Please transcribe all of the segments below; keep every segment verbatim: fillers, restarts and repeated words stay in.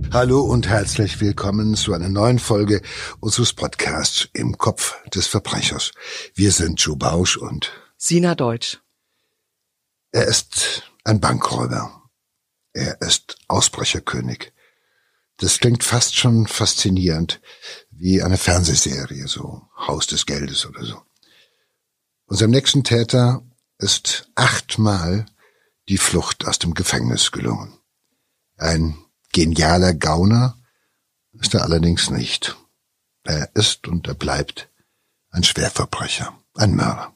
Hallo und herzlich willkommen zu einer neuen Folge unseres Podcasts Im Kopf des Verbrechers. Wir sind Joe Bausch und Sina Deutsch. Er ist ein Bankräuber. Er ist Ausbrecherkönig. Das klingt fast schon faszinierend, wie eine Fernsehserie, so Haus des Geldes oder so. Unserem nächsten Täter ist achtmal die Flucht aus dem Gefängnis gelungen. Ein genialer Gauner ist er allerdings nicht. Er ist und er bleibt ein Schwerverbrecher, ein Mörder.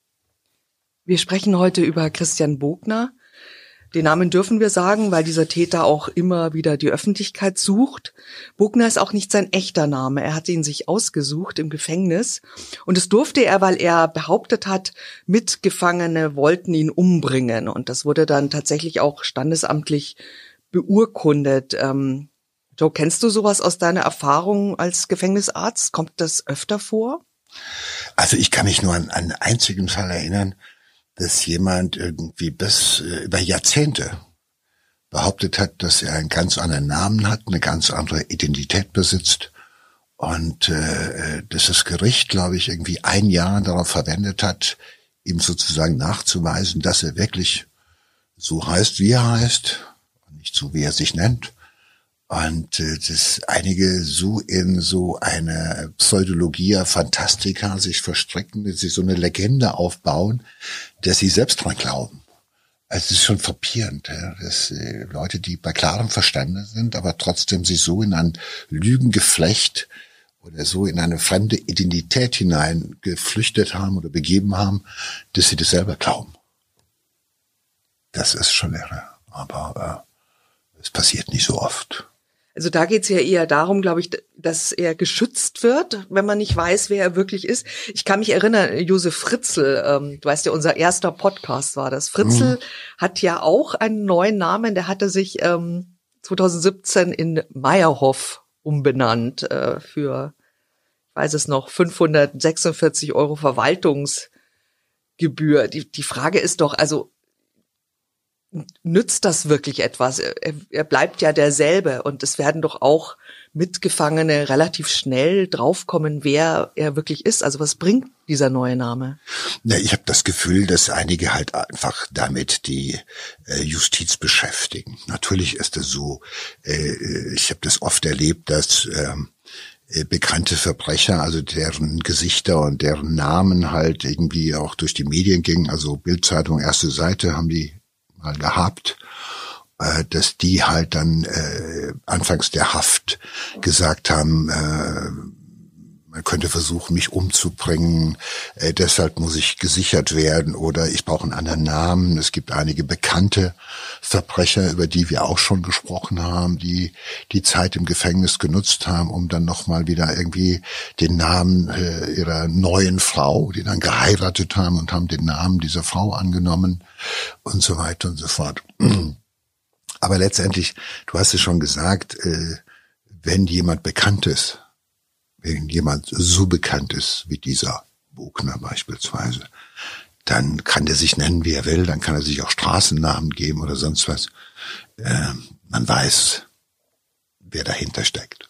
Wir sprechen heute über Christian Bogner. Den Namen dürfen wir sagen, weil dieser Täter auch immer wieder die Öffentlichkeit sucht. Bogner ist auch nicht sein echter Name. Er hat ihn sich ausgesucht im Gefängnis. Und das durfte er, weil er behauptet hat, Mitgefangene wollten ihn umbringen. Und das wurde dann tatsächlich auch standesamtlich beurkundet. Ähm, Joe, kennst du sowas aus deiner Erfahrung als Gefängnisarzt? Kommt das öfter vor? Also ich kann mich nur an einen einzigen Fall erinnern, dass jemand irgendwie bis äh, über Jahrzehnte behauptet hat, dass er einen ganz anderen Namen hat, eine ganz andere Identität besitzt und äh, dass das Gericht, glaube ich, irgendwie ein Jahr darauf verwendet hat, ihm sozusagen nachzuweisen, dass er wirklich so heißt, wie er heißt, nicht so, wie er sich nennt. Und äh, dass einige so in so eine Pseudologia Fantastica sich verstricken, dass sie so eine Legende aufbauen, dass sie selbst dran glauben. Also es ist schon frappierend, ja, dass äh, Leute, die bei klarem Verstande sind, aber trotzdem sich so in ein Lügengeflecht oder so in eine fremde Identität hinein geflüchtet haben oder begeben haben, dass sie das selber glauben. Das ist schon irre, aber äh, es passiert nicht so oft. Also da geht's ja eher darum, glaube ich, dass er geschützt wird, wenn man nicht weiß, wer er wirklich ist. Ich kann mich erinnern, Josef Fritzl, ähm, du weißt ja, unser erster Podcast war das. Fritzl mhm. hat ja auch einen neuen Namen, der hatte sich ähm, zwanzig siebzehn in Meyerhoff umbenannt äh, für, ich weiß es noch, fünfhundertsechsundvierzig Euro Verwaltungsgebühr. Die, die Frage ist doch, also nützt das wirklich etwas? Er, er bleibt ja derselbe und es werden doch auch Mitgefangene relativ schnell draufkommen, wer er wirklich ist. Also was bringt dieser neue Name? Ja, ich habe das Gefühl, dass einige halt einfach damit die äh, Justiz beschäftigen. Natürlich ist es so, äh, ich habe das oft erlebt, dass ähm, bekannte Verbrecher, also deren Gesichter und deren Namen halt irgendwie auch durch die Medien gingen, also Bild-Zeitung, erste Seite haben die mal gehabt, äh, dass die halt dann äh, anfangs der Haft gesagt haben, äh, man könnte versuchen, mich umzubringen, äh, deshalb muss ich gesichert werden oder ich brauche einen anderen Namen. Es gibt einige bekannte Verbrecher, über die wir auch schon gesprochen haben, die die Zeit im Gefängnis genutzt haben, um dann nochmal wieder irgendwie den Namen äh, ihrer neuen Frau, die dann geheiratet haben und haben den Namen dieser Frau angenommen und so weiter und so fort. Aber letztendlich, du hast es schon gesagt, äh, wenn jemand bekannt ist, wenn jemand so bekannt ist wie dieser Bogner beispielsweise, dann kann der sich nennen, wie er will, dann kann er sich auch Straßennamen geben oder sonst was. Äh, man weiß, wer dahinter steckt.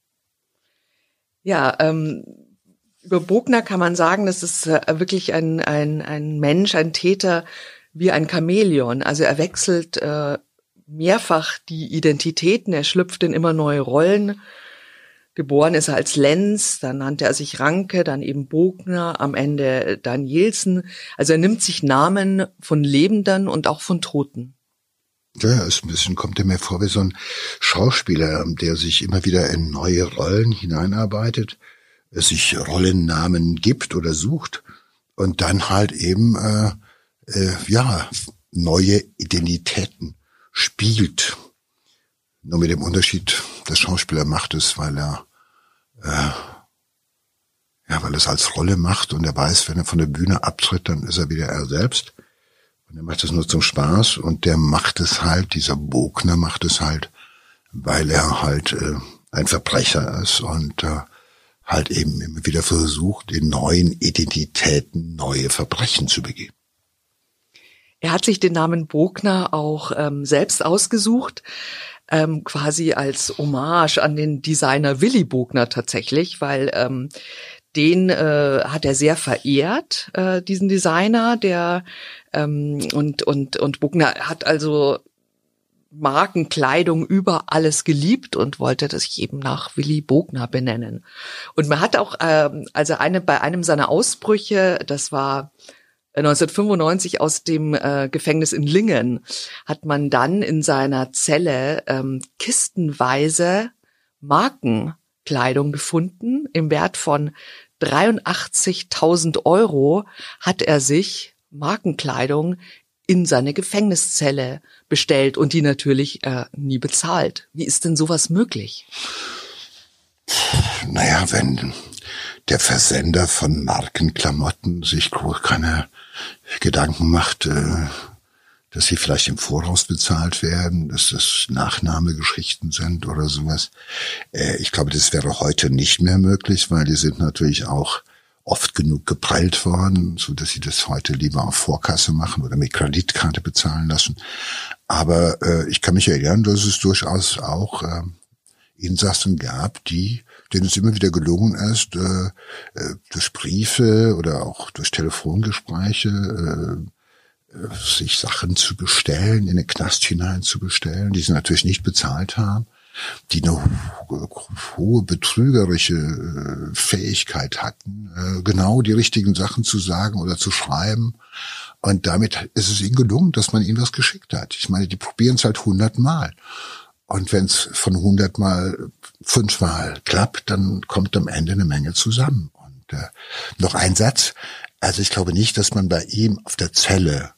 Ja, ähm, über Bogner kann man sagen, das ist äh, wirklich ein, ein, ein Mensch, ein Täter wie ein Chamäleon. Also er wechselt äh, mehrfach die Identitäten, er schlüpft in immer neue Rollen. Geboren ist er als Lenz, dann nannte er sich Ranke, dann eben Bogner, am Ende Danielsen. Also er nimmt sich Namen von Lebenden und auch von Toten. Ja, ist ein bisschen, kommt er mir vor wie so ein Schauspieler, der sich immer wieder in neue Rollen hineinarbeitet, sich Rollennamen gibt oder sucht und dann halt eben äh, äh, ja neue Identitäten spielt. Nur mit dem Unterschied, der Schauspieler macht es, weil er äh, ja, weil er es als Rolle macht und er weiß, wenn er von der Bühne abtritt, dann ist er wieder er selbst. Und er macht es nur zum Spaß und der macht es halt, dieser Bogner macht es halt, weil er halt äh, ein Verbrecher ist und äh, halt eben immer wieder versucht, in neuen Identitäten neue Verbrechen zu begehen. Er hat sich den Namen Bogner auch ähm, selbst ausgesucht. ähm, quasi als Hommage an den Designer Willy Bogner tatsächlich, weil ähm, den äh, hat er sehr verehrt, äh, diesen Designer, der ähm, und und und Bogner hat also Markenkleidung über alles geliebt und wollte das eben nach Willy Bogner benennen. Und man hat auch, ähm, also eine bei einem seiner Ausbrüche, das war neunzehnhundertfünfundneunzig aus dem äh, Gefängnis in Lingen, hat man dann in seiner Zelle ähm, kistenweise Markenkleidung gefunden. Im Wert von dreiundachtzigtausend Euro hat er sich Markenkleidung in seine Gefängniszelle bestellt und die natürlich äh, nie bezahlt. Wie ist denn sowas möglich? Naja, wenn der Versender von Markenklamotten sich keine Gedanken macht, äh, dass sie vielleicht im Voraus bezahlt werden, dass das Nachnahmegeschichten sind oder sowas. Äh, ich glaube, das wäre heute nicht mehr möglich, weil die sind natürlich auch oft genug geprellt worden, so dass sie das heute lieber auf Vorkasse machen oder mit Kreditkarte bezahlen lassen. Aber äh, ich kann mich erinnern, dass es durchaus auch äh, Insassen gab, die, denen es immer wieder gelungen ist, äh, äh, durch Briefe oder auch durch Telefongespräche äh, äh, sich Sachen zu bestellen, in den Knast hinein zu bestellen, die sie natürlich nicht bezahlt haben, die eine hohe betrügerische Fähigkeit hatten, genau die richtigen Sachen zu sagen oder zu schreiben. Und damit ist es ihnen gelungen, dass man ihnen was geschickt hat. Ich meine, die probieren es halt hundertmal. Und wenn es von hundertmal fünfmal klappt, dann kommt am Ende eine Menge zusammen. Und äh, noch ein Satz. Also ich glaube nicht, dass man bei ihm auf der Zelle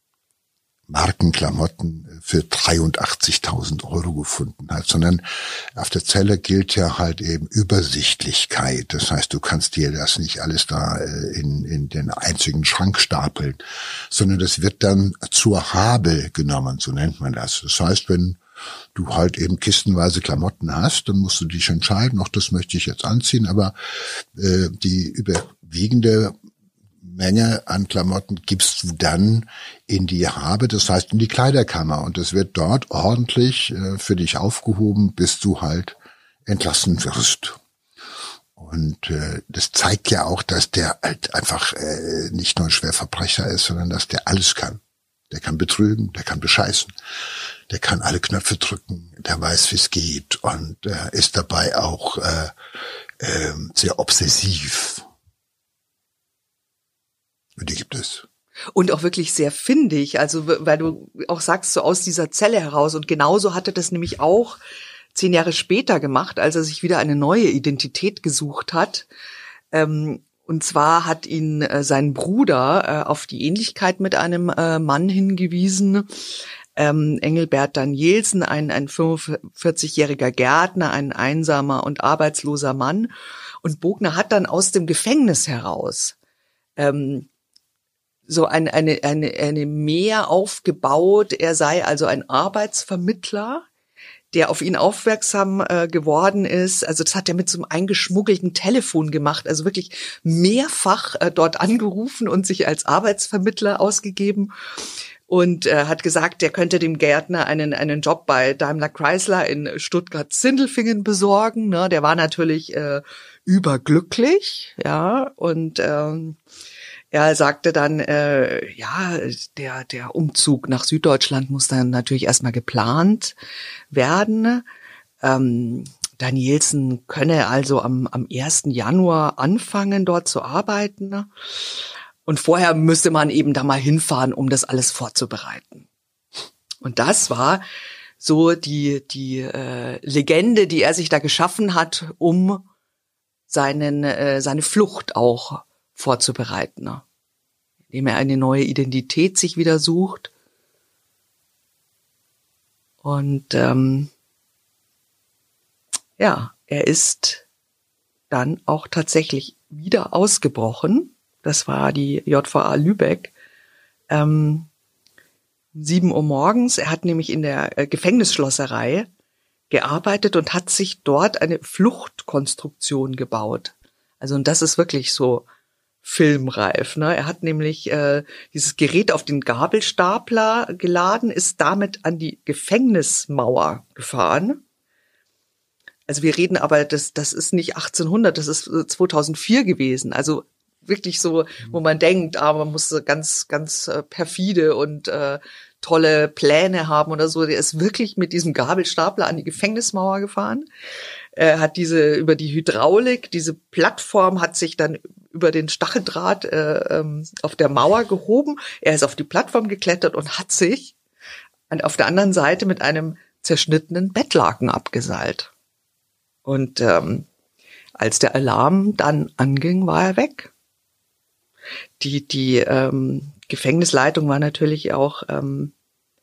Markenklamotten für dreiundachtzigtausend Euro gefunden hat, sondern auf der Zelle gilt ja halt eben Übersichtlichkeit. Das heißt, du kannst dir das nicht alles da in, in den einzigen Schrank stapeln, sondern das wird dann zur Habe genommen, so nennt man das. Das heißt, wenn du halt eben kistenweise Klamotten hast, dann musst du dich entscheiden, ach, das möchte ich jetzt anziehen, aber äh, die überwiegende Menge an Klamotten gibst du dann in die Habe, das heißt in die Kleiderkammer, und das wird dort ordentlich äh, für dich aufgehoben, bis du halt entlassen wirst. Und äh, das zeigt ja auch, dass der halt einfach äh, nicht nur ein Schwerverbrecher ist, sondern dass der alles kann. Der kann betrügen, der kann bescheißen, der kann alle Knöpfe drücken, der weiß, wie es geht und äh, ist dabei auch äh, äh, sehr obsessiv. Und die gibt es. Und auch wirklich sehr findig, also weil du auch sagst, so aus dieser Zelle heraus. Und genauso hat er das nämlich auch zehn Jahre später gemacht, als er sich wieder eine neue Identität gesucht hat. Ähm, und zwar hat ihn äh, sein Bruder äh, auf die Ähnlichkeit mit einem äh, Mann hingewiesen, ähm, Engelbert Danielsen, ein, ein fünfundvierzigjähriger Gärtner, ein einsamer und arbeitsloser Mann. Und Bogner hat dann aus dem Gefängnis heraus ähm, so eine, eine, eine, eine Mehr aufgebaut. Er sei also ein Arbeitsvermittler, der auf ihn aufmerksam äh, geworden ist. Also das hat er mit so einem eingeschmuggelten Telefon gemacht, also wirklich mehrfach äh, dort angerufen und sich als Arbeitsvermittler ausgegeben und äh, hat gesagt, er könnte dem Gärtner einen einen Job bei Daimler Chrysler in Stuttgart-Sindelfingen besorgen. Ne? Der war natürlich äh, überglücklich, ja, und ähm, er sagte dann, äh, ja, der der Umzug nach Süddeutschland muss dann natürlich erstmal geplant werden. Ähm, Danielsen könne also am am ersten Januar anfangen, dort zu arbeiten. Und vorher müsste man eben da mal hinfahren, um das alles vorzubereiten. Und das war so die die äh, Legende, die er sich da geschaffen hat, um seinen äh, seine Flucht auch vorzubereiten, ne? Indem er eine neue Identität sich wieder sucht. Und ähm, ja, er ist dann auch tatsächlich wieder ausgebrochen. Das war die J V A Lübeck. Ähm, sieben Uhr morgens. Er hat nämlich in der äh, Gefängnisschlosserei gearbeitet und hat sich dort eine Fluchtkonstruktion gebaut. Also und das ist wirklich so filmreif. Ne? Er hat nämlich äh, dieses Gerät auf den Gabelstapler geladen, ist damit an die Gefängnismauer gefahren. Also wir reden aber, das das ist nicht achtzehnhundert, das ist zweitausendvier gewesen. Also wirklich so, wo man denkt, ah, man muss ganz, ganz äh, perfide und äh, tolle Pläne haben oder so. Der ist wirklich mit diesem Gabelstapler an die Gefängnismauer gefahren. Er hat diese, über die Hydraulik, diese Plattform hat sich dann über den Stacheldraht äh, ähm, auf der Mauer gehoben. Er ist auf die Plattform geklettert und hat sich auf der anderen Seite mit einem zerschnittenen Bettlaken abgeseilt. Und ähm, als der Alarm dann anging, war er weg. Die, die ähm, Gefängnisleitung war natürlich auch ähm,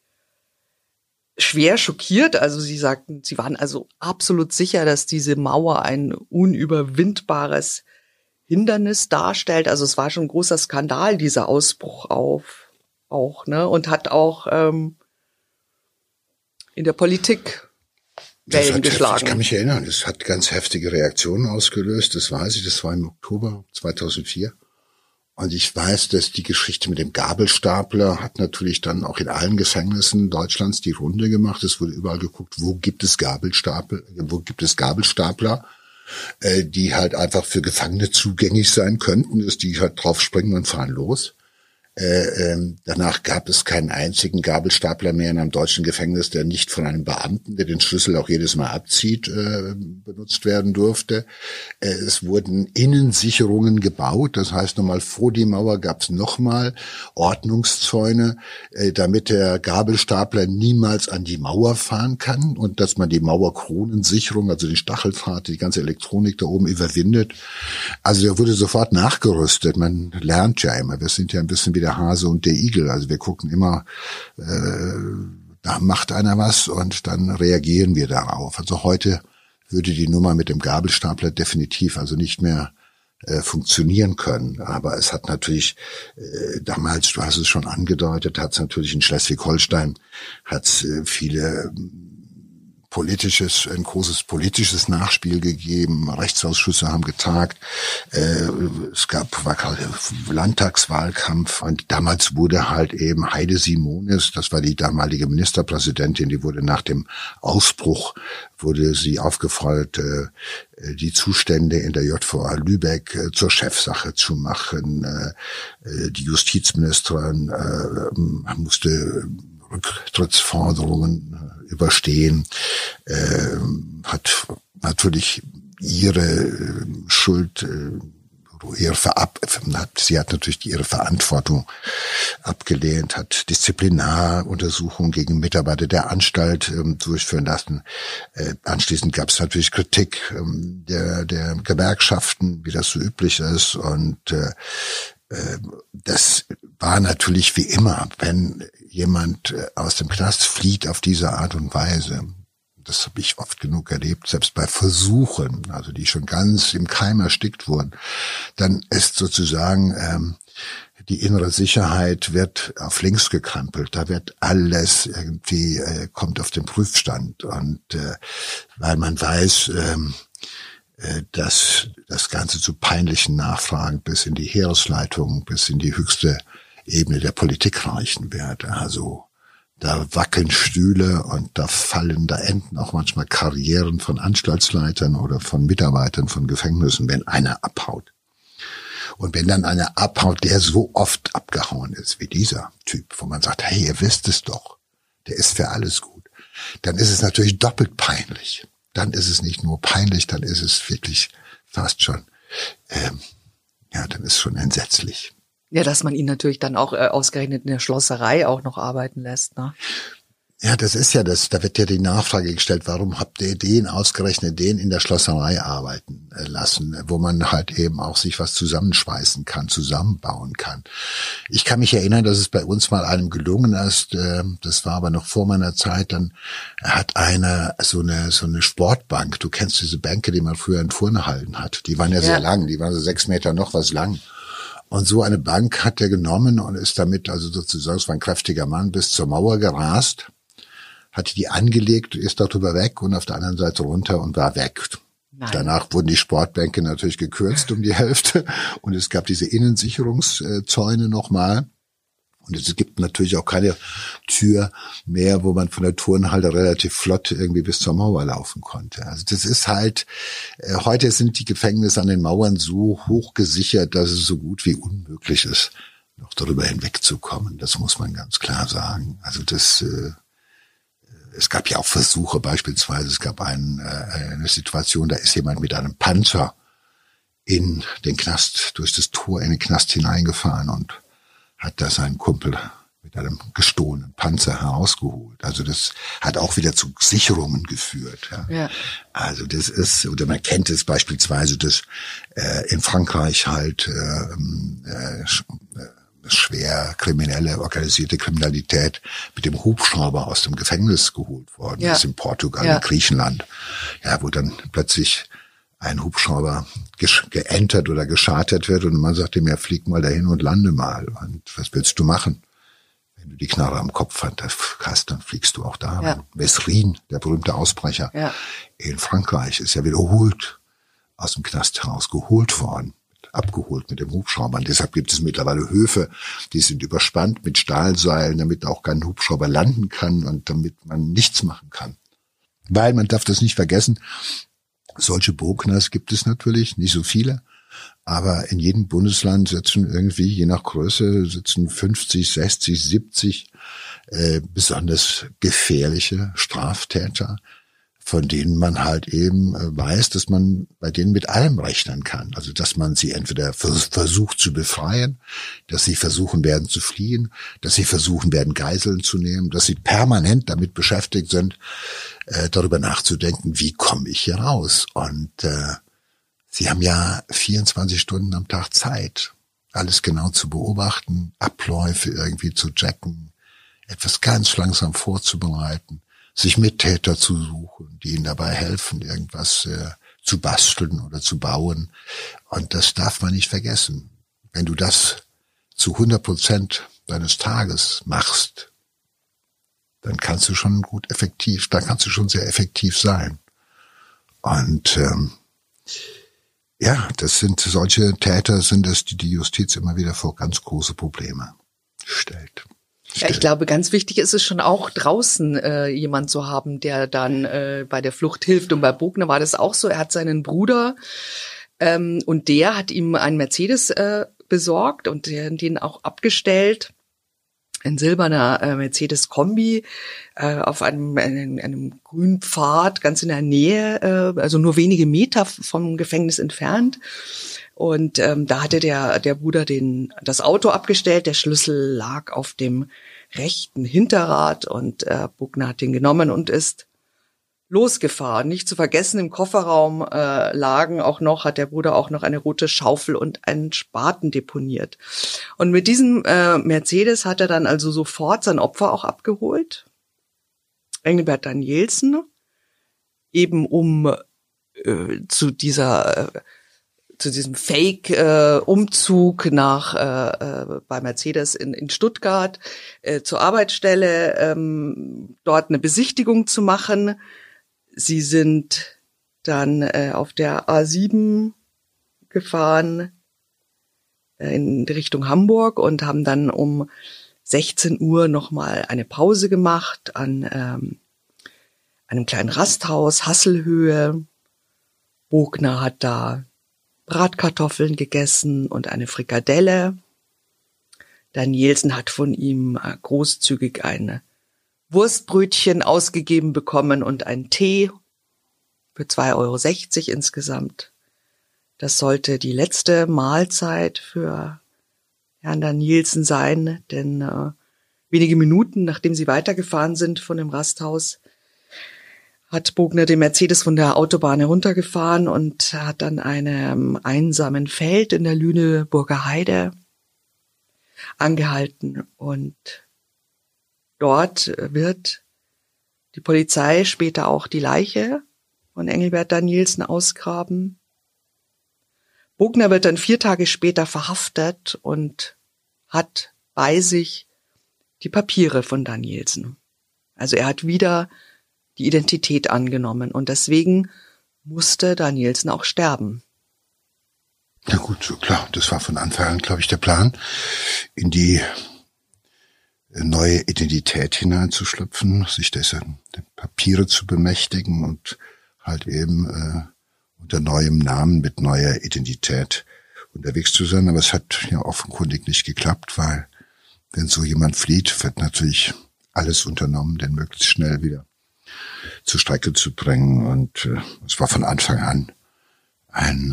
schwer schockiert. Also sie sagten, sie waren also absolut sicher, dass diese Mauer ein unüberwindbares Hindernis darstellt. Also es war schon ein großer Skandal, dieser Ausbruch auf auch, ne? Und hat auch ähm, in der Politik Wellen hat, geschlagen. Ich kann mich erinnern, es hat ganz heftige Reaktionen ausgelöst. Das weiß ich, das war im Oktober zweitausendvier. Und ich weiß, dass die Geschichte mit dem Gabelstapler hat natürlich dann auch in allen Gefängnissen Deutschlands die Runde gemacht. Es wurde überall geguckt, wo gibt es Gabelstapler, wo gibt es Gabelstapler, äh, die halt einfach für Gefangene zugänglich sein könnten, dass die halt drauf springen und fahren los. Äh, ähm, danach gab es keinen einzigen Gabelstapler mehr in einem deutschen Gefängnis, der nicht von einem Beamten, der den Schlüssel auch jedes Mal abzieht, äh, benutzt werden durfte. Äh, es wurden Innensicherungen gebaut, das heißt nochmal vor die Mauer gab es nochmal Ordnungszäune, äh, damit der Gabelstapler niemals an die Mauer fahren kann und dass man die Mauerkronensicherung, also den Stacheldraht, die ganze Elektronik da oben überwindet. Also der wurde sofort nachgerüstet. Man lernt ja immer, wir sind ja ein bisschen wie der Hase und der Igel. Also wir gucken immer, äh, da macht einer was und dann reagieren wir darauf. Also heute würde die Nummer mit dem Gabelstapler definitiv also nicht mehr äh, funktionieren können. Aber es hat natürlich äh, damals, du hast es schon angedeutet, hat es natürlich in Schleswig-Holstein hat es äh, viele politisches, ein großes politisches Nachspiel gegeben. Rechtsausschüsse haben getagt. Äh, es gab war gerade Landtagswahlkampf und damals wurde halt eben Heide Simonis, das war die damalige Ministerpräsidentin, die wurde nach dem Ausbruch, wurde sie aufgefordert, äh, die Zustände in der J V A Lübeck äh, zur Chefsache zu machen. Äh, die Justizministerin äh, musste Rücktrittsforderungen äh, überstehen, äh, hat natürlich ihre äh, Schuld, äh, ihre Verab hat, sie hat natürlich ihre Verantwortung abgelehnt, hat Disziplinaruntersuchungen gegen Mitarbeiter der Anstalt äh, durchführen lassen. Äh, anschließend gab es natürlich Kritik äh, der, der Gewerkschaften, wie das so üblich ist, und äh, das war natürlich wie immer, wenn jemand aus dem Knast flieht auf diese Art und Weise. Das habe ich oft genug erlebt, selbst bei Versuchen, also die schon ganz im Keim erstickt wurden. Dann ist sozusagen ähm, die innere Sicherheit wird auf links gekrempelt. Da wird alles irgendwie äh, kommt auf den Prüfstand, und äh, weil man weiß, ähm, dass das Ganze zu peinlichen Nachfragen bis in die Heeresleitung, bis in die höchste Ebene der Politik reichen wird. Also da wackeln Stühle und da fallen, da enden auch manchmal Karrieren von Anstaltsleitern oder von Mitarbeitern von Gefängnissen, wenn einer abhaut. Und wenn dann einer abhaut, der so oft abgehauen ist wie dieser Typ, wo man sagt, hey, ihr wisst es doch, der ist für alles gut, dann ist es natürlich doppelt peinlich. Dann ist es nicht nur peinlich, dann ist es wirklich fast schon, ähm, ja, dann ist es schon entsetzlich. Ja, dass man ihn natürlich dann auch äh, ausgerechnet in der Schlosserei auch noch arbeiten lässt, ne? Ja, das ist ja das, da wird ja die Nachfrage gestellt, warum habt ihr den ausgerechnet, den in der Schlosserei arbeiten lassen, wo man halt eben auch sich was zusammenschweißen kann, zusammenbauen kann. Ich kann mich erinnern, dass es bei uns mal einem gelungen ist, das war aber noch vor meiner Zeit, dann hat einer so eine so eine Sportbank, du kennst diese Bänke, die man früher in Turnhallen hat, die waren ja, ja sehr lang, die waren so sechs Meter noch was lang. Und so eine Bank hat er genommen und ist damit, also sozusagen, es war ein kräftiger Mann, bis zur Mauer gerast, hatte die angelegt, ist darüber weg und auf der anderen Seite runter und war weg. Nein. Danach wurden die Sportbänke natürlich gekürzt um die Hälfte und es gab diese Innensicherungszäune nochmal. Und es gibt natürlich auch keine Tür mehr, wo man von der Turnhalle relativ flott irgendwie bis zur Mauer laufen konnte. Also das ist halt, äh, heute sind die Gefängnisse an den Mauern so hoch gesichert, dass es so gut wie unmöglich ist, noch darüber hinwegzukommen. Das muss man ganz klar sagen. Also das, äh, es gab ja auch Versuche beispielsweise, es gab einen, äh, eine Situation, da ist jemand mit einem Panzer in den Knast, durch das Tor in den Knast hineingefahren und hat da seinen Kumpel mit einem gestohlenen Panzer herausgeholt. Also das hat auch wieder zu Sicherungen geführt. Ja. Ja. Also das ist, oder man kennt es beispielsweise, dass äh, in Frankreich halt äh, äh, schwer kriminelle, organisierte Kriminalität mit dem Hubschrauber aus dem Gefängnis geholt worden ja. ist, in Portugal, ja. in Griechenland. Ja, wo dann plötzlich ein Hubschrauber geentert oder geschartert wird und man sagt ihm, ja, flieg mal dahin und lande mal. Und was willst du machen? Wenn du die Knarre am Kopf hast, dann fliegst du auch da. Ja. Mesrin, der berühmte Ausbrecher ja. in Frankreich, ist ja wiederholt aus dem Knast herausgeholt worden, abgeholt mit dem Hubschrauber. Und deshalb gibt es mittlerweile Höfe, die sind überspannt mit Stahlseilen, damit auch kein Hubschrauber landen kann und damit man nichts machen kann. Weil, man darf das nicht vergessen, solche Bogners gibt es natürlich, nicht so viele, aber in jedem Bundesland sitzen irgendwie, je nach Größe, sitzen fünfzig, sechzig, siebzig äh, besonders gefährliche Straftäter, von denen man halt eben äh, weiß, dass man bei denen mit allem rechnen kann. Also dass man sie entweder vers- versucht zu befreien, dass sie versuchen werden zu fliehen, dass sie versuchen werden Geiseln zu nehmen, dass sie permanent damit beschäftigt sind, äh, darüber nachzudenken, wie komme ich hier raus? Und äh, sie haben ja vierundzwanzig Stunden am Tag Zeit, alles genau zu beobachten, Abläufe irgendwie zu checken, etwas ganz langsam vorzubereiten, sich Mittäter zu suchen, die ihnen dabei helfen, irgendwas äh, zu basteln oder zu bauen. Und das darf man nicht vergessen. Wenn du das zu hundert Prozent deines Tages machst, dann kannst du schon gut effektiv, dann kannst du schon sehr effektiv sein. Und ähm, ja, das sind solche Täter, sind es, die die Justiz immer wieder vor ganz große Probleme stellt. Ja, ich glaube, ganz wichtig ist es schon auch, draußen äh, jemand zu haben, der dann äh, bei der Flucht hilft. Und bei Bogner war das auch so. Er hat seinen Bruder ähm, und der hat ihm einen Mercedes äh, besorgt und der, den auch abgestellt. Ein silberner äh, Mercedes-Kombi äh, auf einem, einem, einem grünen Pfad ganz in der Nähe, äh, also nur wenige Meter vom Gefängnis entfernt. Und ähm, da hatte der der Bruder den das Auto abgestellt. Der Schlüssel lag auf dem rechten Hinterrad und äh, Bogner hat den genommen und ist losgefahren. Nicht zu vergessen, im Kofferraum äh, lagen auch noch, hat der Bruder auch noch eine rote Schaufel und einen Spaten deponiert. Und mit diesem äh, Mercedes hat er dann also sofort sein Opfer auch abgeholt. Engelbert Danielsen, eben um äh, zu dieser äh, zu diesem Fake-Umzug äh, nach äh, äh, bei Mercedes in, in Stuttgart äh, zur Arbeitsstelle, ähm, dort eine Besichtigung zu machen. Sie sind dann äh, auf der A sieben gefahren äh, in Richtung Hamburg und haben dann um sechzehn Uhr nochmal eine Pause gemacht an ähm, einem kleinen Rasthaus, Hasselhöhe. Bogner hat da Bratkartoffeln gegessen und eine Frikadelle. Danielsen hat von ihm großzügig ein Wurstbrötchen ausgegeben bekommen und einen Tee für zwei Euro sechzig insgesamt. Das sollte die letzte Mahlzeit für Herrn Danielsen sein, denn äh, wenige Minuten nachdem sie weitergefahren sind von dem Rasthaus, hat Bogner den Mercedes von der Autobahn heruntergefahren und hat dann einem einsamen Feld in der Lüneburger Heide angehalten. Und dort wird die Polizei später auch die Leiche von Engelbert Danielsen ausgraben. Bogner wird dann vier Tage später verhaftet und hat bei sich die Papiere von Danielsen. Also er hat wieder die Identität angenommen und deswegen musste Danielsen auch sterben. Ja gut, so klar, das war von Anfang an, glaube ich, der Plan, in die neue Identität hineinzuschlüpfen, sich dessen Papiere zu bemächtigen und halt eben äh, unter neuem Namen mit neuer Identität unterwegs zu sein. Aber es hat ja offenkundig nicht geklappt, weil wenn so jemand flieht, wird natürlich alles unternommen, den möglichst schnell wieder zur Strecke zu bringen. Und äh, es war von Anfang an ein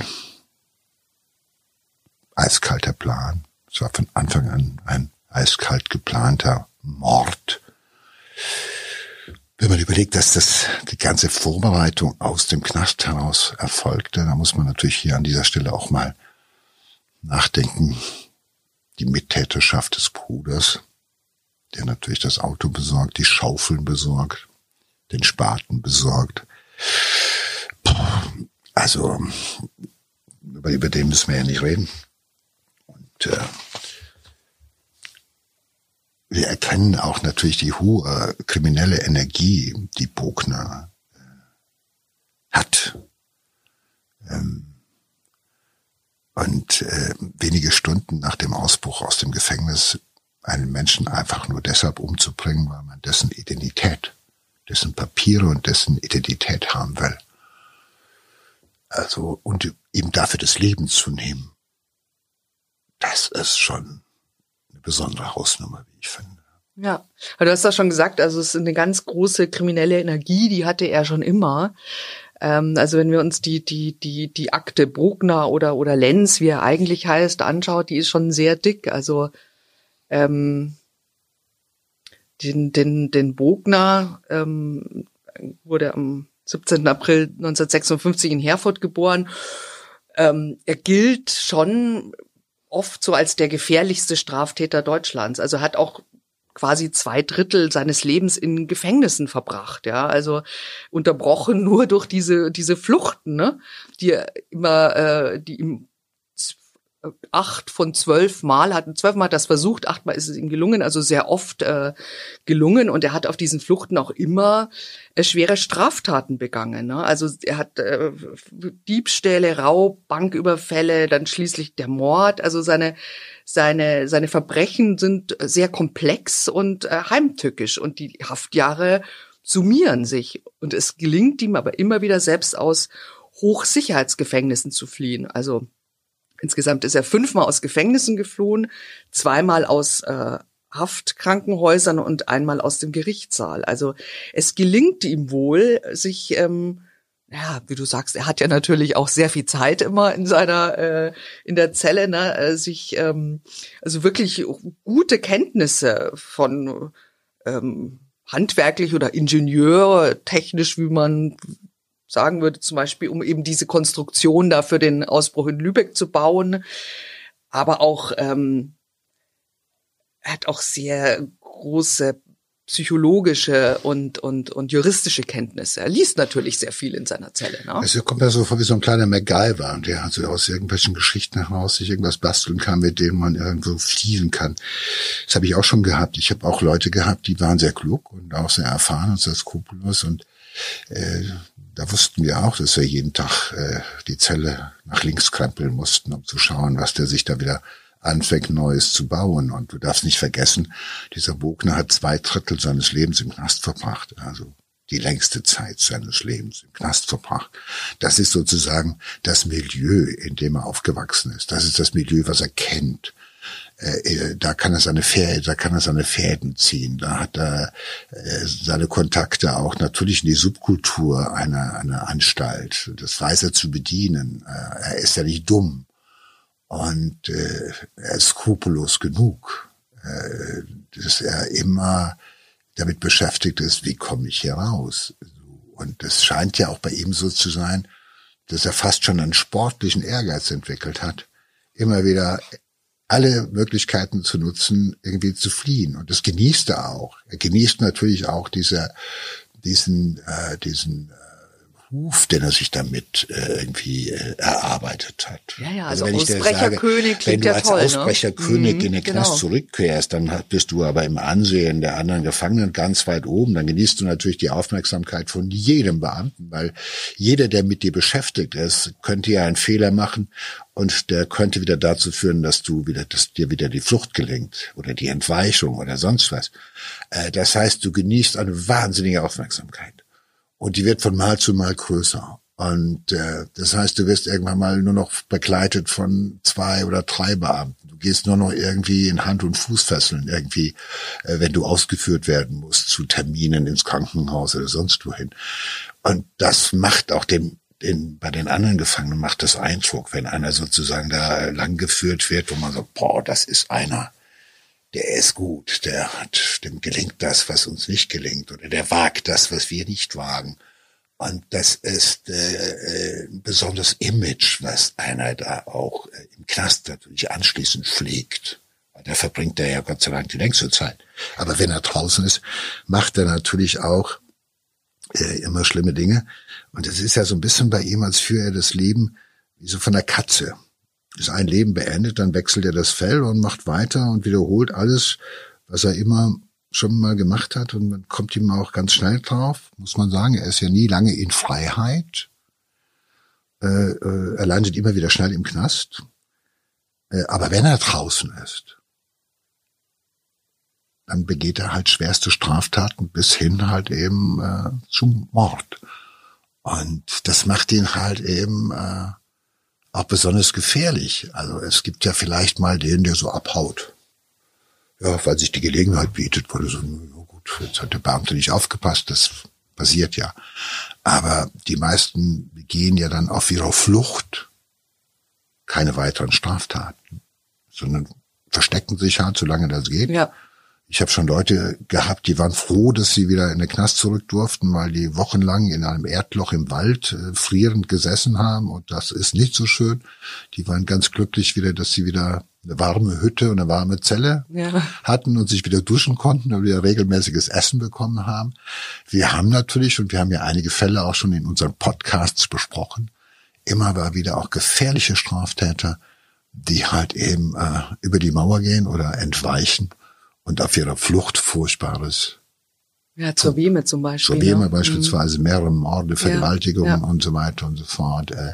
eiskalter Plan. Es war von Anfang an ein eiskalt geplanter Mord. Wenn man überlegt, dass das die ganze Vorbereitung aus dem Knast heraus erfolgte, da muss man natürlich hier an dieser Stelle auch mal nachdenken. Die Mittäterschaft des Bruders, der natürlich das Auto besorgt, die Schaufeln besorgt, den Spaten besorgt. Also über, über den müssen wir ja nicht reden. Und äh, wir erkennen auch natürlich die hohe kriminelle Energie, die Bogner äh, hat. Ähm, und äh, wenige Stunden nach dem Ausbruch aus dem Gefängnis einen Menschen einfach nur deshalb umzubringen, weil man dessen Identität, dessen Papiere und dessen Identität haben will. Also, und ihm dafür das Leben zu nehmen, das ist schon eine besondere Hausnummer, wie ich finde. Ja, aber du hast das schon gesagt, also es ist eine ganz große kriminelle Energie, die hatte er schon immer. Ähm, also wenn wir uns die die die die Akte Bogner oder oder Lenz, wie er eigentlich heißt, anschaut, die ist schon sehr dick. Also ähm, den den den Bogner ähm, wurde am siebzehnten April neunzehnhundertsechsundfünfzig in Herford geboren. Ähm, er gilt schon oft so als der gefährlichste Straftäter Deutschlands. Also hat auch quasi zwei Drittel seines Lebens in Gefängnissen verbracht, ja, also unterbrochen nur durch diese diese Fluchten, ne, die er immer, äh, die ihm acht von zwölf Mal hatten, zwölf Mal hat er das versucht, achtmal ist es ihm gelungen, also sehr oft äh, gelungen, und er hat auf diesen Fluchten auch immer äh, schwere Straftaten begangen, ne? Also er hat äh, Diebstähle, Raub, Banküberfälle, dann schließlich der Mord, also seine seine seine Verbrechen sind sehr komplex und äh, heimtückisch, und die Haftjahre summieren sich, und es gelingt ihm aber immer wieder, selbst aus Hochsicherheitsgefängnissen zu fliehen. Also insgesamt ist er fünfmal aus Gefängnissen geflohen, zweimal aus äh, Haftkrankenhäusern und einmal aus dem Gerichtssaal. Also es gelingt ihm wohl, sich, ähm, ja, wie du sagst, er hat ja natürlich auch sehr viel Zeit immer in seiner äh, in der Zelle, ne, äh, sich ähm, also wirklich gute Kenntnisse von ähm, handwerklich oder ingenieurtechnisch, wie man sagen würde, zum Beispiel, um eben diese Konstruktion da für den Ausbruch in Lübeck zu bauen. Aber auch, ähm, er hat auch sehr große psychologische und, und, und juristische Kenntnisse. Er liest natürlich sehr viel in seiner Zelle, ne? Also kommt ja so vor wie so ein kleiner MacGyver, der also aus irgendwelchen Geschichten heraus sich irgendwas basteln kann, mit dem man irgendwo fliehen kann. Das habe ich auch schon gehabt. Ich habe auch Leute gehabt, die waren sehr klug und auch sehr erfahren und sehr skrupellos, und äh, da wussten wir auch, dass wir jeden Tag äh, die Zelle nach links krempeln mussten, um zu schauen, was der sich da wieder anfängt, Neues zu bauen. Und du darfst nicht vergessen, dieser Bogner hat zwei Drittel seines Lebens im Knast verbracht, also die längste Zeit seines Lebens im Knast verbracht. Das ist sozusagen das Milieu, in dem er aufgewachsen ist. Das ist das Milieu, was er kennt. Äh, da kann er seine Fäden, da kann er seine Fäden ziehen. Da hat er äh, seine Kontakte auch natürlich in die Subkultur einer, einer Anstalt. Das weiß er zu bedienen. Äh, er ist ja nicht dumm. Und äh, er ist skrupellos genug, äh, dass er immer damit beschäftigt ist, wie komme ich hier raus? Und es scheint ja auch bei ihm so zu sein, dass er fast schon einen sportlichen Ehrgeiz entwickelt hat, immer wieder alle Möglichkeiten zu nutzen, irgendwie zu fliehen. Und das genießt er auch. Er genießt natürlich auch diese, diesen, äh, diesen äh, Ruf, den er sich damit äh, irgendwie äh, erarbeitet hat. Ja, ja, also, also Ausbrecherkönig klingt ja toll, ne? Wenn du als Ausbrecherkönig mhm, in den Knast genau. zurückkehrst, dann bist du aber im Ansehen der anderen Gefangenen ganz weit oben. Dann genießt du natürlich die Aufmerksamkeit von jedem Beamten, weil jeder, der mit dir beschäftigt ist, könnte ja einen Fehler machen und der könnte wieder dazu führen, dass du wieder, dass dir wieder die Flucht gelingt oder die Entweichung oder sonst was. Äh, das heißt, du genießt eine wahnsinnige Aufmerksamkeit. Und die wird von Mal zu Mal größer. Und äh, das heißt, du wirst irgendwann mal nur noch begleitet von zwei oder drei Beamten. Du gehst nur noch irgendwie in Hand- und Fußfesseln irgendwie, äh, wenn du ausgeführt werden musst zu Terminen ins Krankenhaus oder sonst wohin. Und das macht auch dem, den, bei den anderen Gefangenen macht das Eindruck, wenn einer sozusagen da lang geführt wird, wo man sagt, boah, das ist einer, der ist gut, der hat, dem gelingt das, was uns nicht gelingt, oder der wagt das, was wir nicht wagen. Und das ist äh, ein besonderes Image, was einer da auch äh, im Knast natürlich anschließend pflegt. Weil da verbringt er ja Gott sei Dank die längste Zeit. Aber wenn er draußen ist, macht er natürlich auch äh, immer schlimme Dinge. Und es ist ja so ein bisschen bei ihm, als führe er das Leben wie so von der Katze. Ist ein Leben beendet, dann wechselt er das Fell und macht weiter und wiederholt alles, was er immer schon mal gemacht hat. Und man kommt ihm auch ganz schnell drauf, muss man sagen. Er ist ja nie lange in Freiheit. Äh, äh, er landet immer wieder schnell im Knast. Äh, aber wenn er draußen ist, dann begeht er halt schwerste Straftaten bis hin halt eben äh, zum Mord. Und das macht ihn halt eben äh, auch besonders gefährlich. Also es gibt ja vielleicht mal den, der so abhaut. Ja, weil sich die Gelegenheit bietet, weil so, oh gut, jetzt hat der Beamte nicht aufgepasst, das passiert ja. Aber die meisten begehen ja dann auf ihrer Flucht keine weiteren Straftaten, sondern verstecken sich halt, solange das geht. Ja. Ich habe schon Leute gehabt, die waren froh, dass sie wieder in den Knast zurück durften, weil die wochenlang in einem Erdloch im Wald äh, frierend gesessen haben und das ist nicht so schön. Die waren ganz glücklich wieder, dass sie wieder eine warme Hütte und eine warme Zelle ja. hatten und sich wieder duschen konnten und wieder regelmäßiges Essen bekommen haben. Wir haben natürlich, und wir haben ja einige Fälle auch schon in unseren Podcasts besprochen, immer war wieder auch gefährliche Straftäter, die halt eben äh, über die Mauer gehen oder entweichen und auf ihrer Flucht Furchtbares. Ja, zur Weme zum Beispiel. Zur Weme ne? beispielsweise, mehrere Morde, Vergewaltigungen ja, ja. und so weiter und so fort. Äh,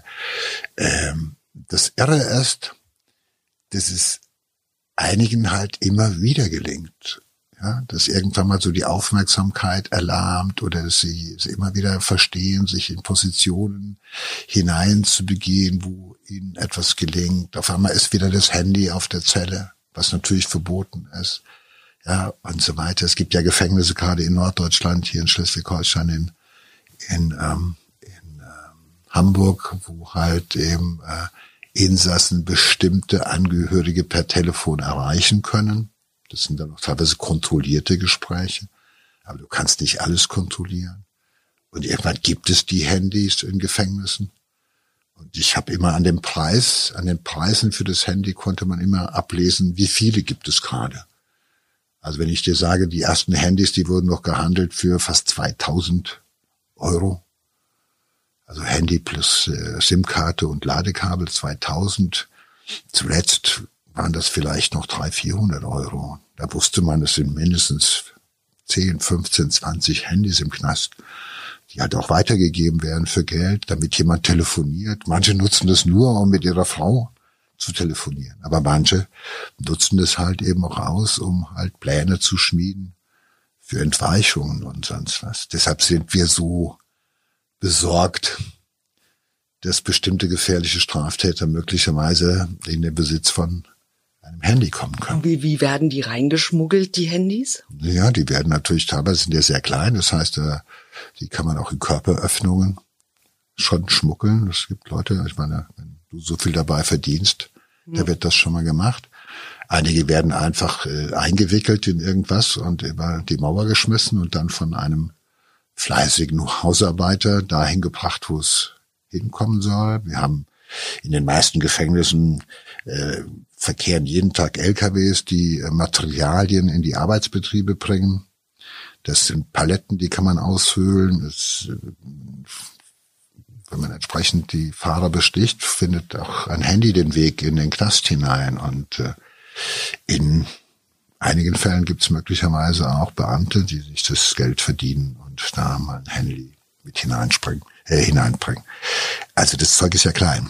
ähm, das Irre ist, dass es einigen halt immer wieder gelingt. Ja, dass irgendwann mal so die Aufmerksamkeit erlahmt oder dass sie es immer wieder verstehen, sich in Positionen hineinzubegehen, wo ihnen etwas gelingt. Auf einmal ist wieder das Handy auf der Zelle, was natürlich verboten ist. Ja, und so weiter. Es gibt ja Gefängnisse, gerade in Norddeutschland, hier in Schleswig-Holstein, in, in, ähm, in ähm, Hamburg, wo halt eben äh, Insassen bestimmte Angehörige per Telefon erreichen können. Das sind dann auch teilweise kontrollierte Gespräche. Aber du kannst nicht alles kontrollieren. Und irgendwann gibt es die Handys in Gefängnissen. Und ich habe immer an dem Preis, an den Preisen für das Handy konnte man immer ablesen, wie viele gibt es gerade. Also wenn ich dir sage, die ersten Handys, die wurden noch gehandelt für fast zweitausend Euro. Also Handy plus äh, SIM-Karte und Ladekabel zweitausend. Zuletzt waren das vielleicht noch dreihundert, vierhundert Euro. Da wusste man, es sind mindestens zehn, fünfzehn, zwanzig Handys im Knast, die halt auch weitergegeben werden für Geld, damit jemand telefoniert. Manche nutzen das nur, um mit ihrer Frau zu telefonieren. Aber manche nutzen das halt eben auch aus, um halt Pläne zu schmieden für Entweichungen und sonst was. Deshalb sind wir so besorgt, dass bestimmte gefährliche Straftäter möglicherweise in den Besitz von einem Handy kommen können. Und wie, wie werden die reingeschmuggelt, die Handys? Ja, die werden natürlich teilweise sind ja sehr klein. Das heißt, die kann man auch in Körperöffnungen schon schmuggeln. Es gibt Leute, ich meine, wenn du so viel dabei verdienst, ja. da wird das schon mal gemacht. Einige werden einfach äh, eingewickelt in irgendwas und über die Mauer geschmissen und dann von einem fleißigen Hausarbeiter dahin gebracht, wo es hinkommen soll. Wir haben in den meisten Gefängnissen äh, verkehren jeden Tag L K Ws, die äh, Materialien in die Arbeitsbetriebe bringen. Das sind Paletten, die kann man aushöhlen. Es, wenn man entsprechend die Fahrer besticht, findet auch ein Handy den Weg in den Knast hinein. Und äh, in einigen Fällen gibt es möglicherweise auch Beamte, die sich das Geld verdienen und da mal ein Handy mit hineinspringen, äh, hineinbringen. Also das Zeug ist ja klein.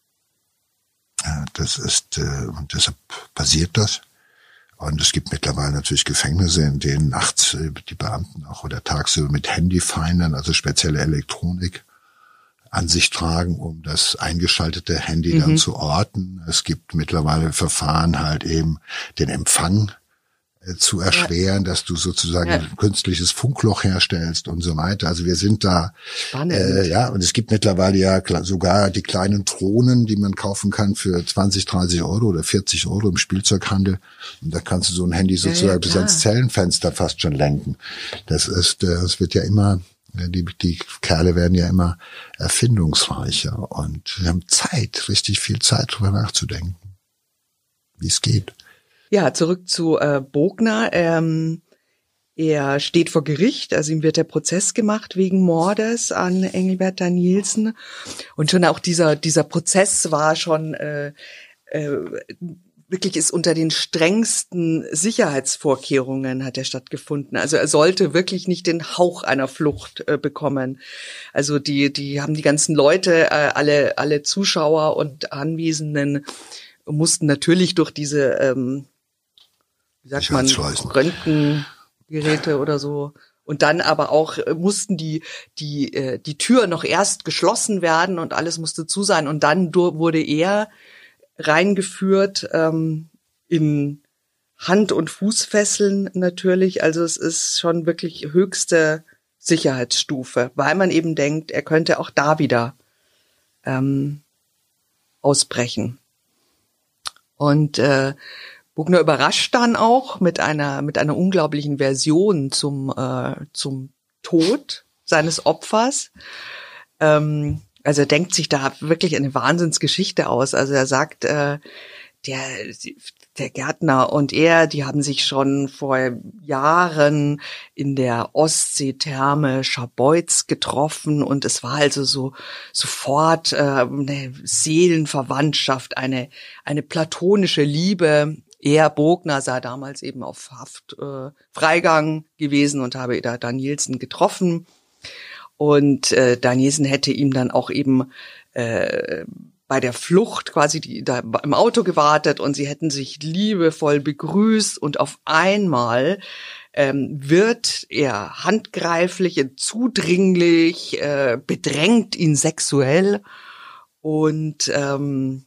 Äh, das ist, äh, und deshalb passiert das. Und es gibt mittlerweile natürlich Gefängnisse, in denen nachts äh, die Beamten auch oder tagsüber mit Handyfindern, also spezielle Elektronik, an sich tragen, um das eingeschaltete Handy mhm. dann zu orten. Es gibt mittlerweile Verfahren, halt eben den Empfang äh, zu erschweren, ja. dass du sozusagen ja. ein künstliches Funkloch herstellst und so weiter. Also wir sind da, spannend. Äh, ja, und es gibt mittlerweile ja sogar die kleinen Drohnen, die man kaufen kann für zwanzig, dreißig Euro oder vierzig Euro im Spielzeughandel. Und da kannst du so ein Handy sozusagen ja, ja, bis ans Zellenfenster fast schon lenken. Das ist, äh, es wird ja immer Die, die Kerle werden ja immer erfindungsreicher und wir haben Zeit, richtig viel Zeit, drüber nachzudenken, wie es geht. Ja, zurück zu äh, Bogner. Ähm, er steht vor Gericht, also ihm wird der Prozess gemacht wegen Mordes an Engelbert Danielsen. Und schon auch dieser dieser Prozess war schon äh, äh, wirklich ist unter den strengsten Sicherheitsvorkehrungen hat er stattgefunden. Also er sollte wirklich nicht den Hauch einer Flucht äh, bekommen. Also die die haben die ganzen Leute, äh, alle alle Zuschauer und Anwesenden mussten natürlich durch diese, ähm, wie sagt man, Röntgengeräte oder so. Und dann aber auch äh, mussten die die äh, die Tür noch erst geschlossen werden und alles musste zu sein. Und dann du, wurde er reingeführt ähm, in Hand- und Fußfesseln natürlich. Also es ist schon wirklich höchste Sicherheitsstufe, weil man eben denkt, er könnte auch da wieder ähm, ausbrechen. Und äh, Bogner überrascht dann auch mit einer mit einer unglaublichen Version zum äh, zum Tod seines Opfers. Ähm, Also er denkt sich da wirklich eine Wahnsinnsgeschichte aus. Also er sagt, äh, der der Gärtner und er, die haben sich schon vor Jahren in der Ostseetherme Scharbeutz getroffen und es war also so sofort äh, eine Seelenverwandtschaft, eine eine platonische Liebe. Er, Bogner, sei damals eben auf Haftfreigang äh, Freigang gewesen und habe da Danielsen getroffen. Und äh, Danielsen hätte ihm dann auch eben äh, bei der Flucht quasi die, da im Auto gewartet und sie hätten sich liebevoll begrüßt und auf einmal ähm, wird er handgreiflich, zudringlich, äh, bedrängt ihn sexuell und ähm,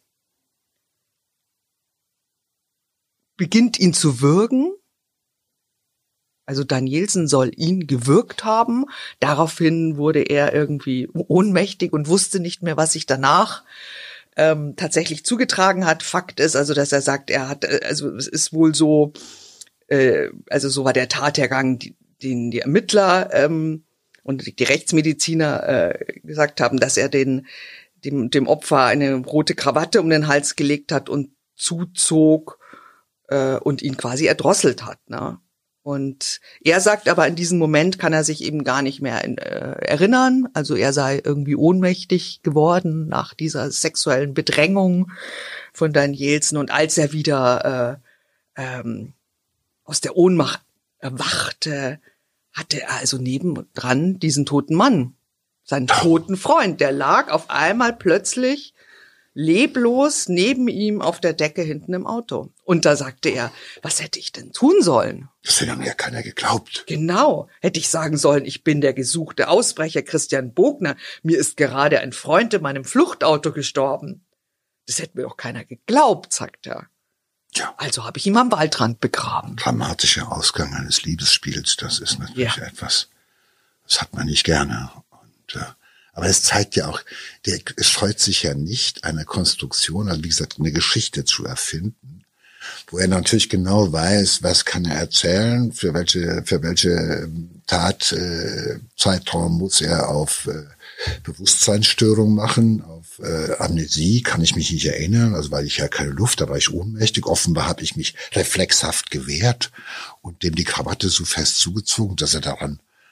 beginnt ihn zu würgen. Also Danielsen soll ihn gewürgt haben. Daraufhin wurde er irgendwie ohnmächtig und wusste nicht mehr, was sich danach ähm, tatsächlich zugetragen hat. Fakt ist also, dass er sagt, er hat, also es ist wohl so, äh, also so war der Tathergang, die, den die Ermittler ähm, und die Rechtsmediziner äh, gesagt haben, dass er den dem, dem Opfer eine rote Krawatte um den Hals gelegt hat und zuzog äh, und ihn quasi erdrosselt hat, ne? Und er sagt aber, in diesem Moment kann er sich eben gar nicht mehr in, äh, erinnern. Also er sei irgendwie ohnmächtig geworden nach dieser sexuellen Bedrängung von Danielsen. Und als er wieder äh, ähm, aus der Ohnmacht erwachte, hatte er also nebendran diesen toten Mann, seinen toten Freund. Der lag auf einmal plötzlich leblos neben ihm auf der Decke hinten im Auto. Und da sagte er, was hätte ich denn tun sollen? Das hätte mir ja keiner geglaubt. Genau. Hätte ich sagen sollen, ich bin der gesuchte Ausbrecher Christian Bogner. Mir ist gerade ein Freund in meinem Fluchtauto gestorben. Das hätte mir doch keiner geglaubt, sagt er. Ja. Also habe ich ihn am Waldrand begraben. Dramatischer Ausgang eines Liebesspiels, das ist natürlich ja. etwas, das hat man nicht gerne. Und äh, aber es zeigt ja auch, der scheut sich ja nicht, eine Konstruktion, also wie gesagt, eine Geschichte zu erfinden, wo er natürlich genau weiß, was kann er erzählen, für welche für welche Tat äh, Zeitraum muss er auf äh, Bewusstseinsstörung machen, auf äh, Amnesie, kann ich mich nicht erinnern, also weil ich ja keine Luft, da war ich ohnmächtig, offenbar habe ich mich reflexhaft gewehrt und dem die Krawatte so fest zugezogen, dass er daran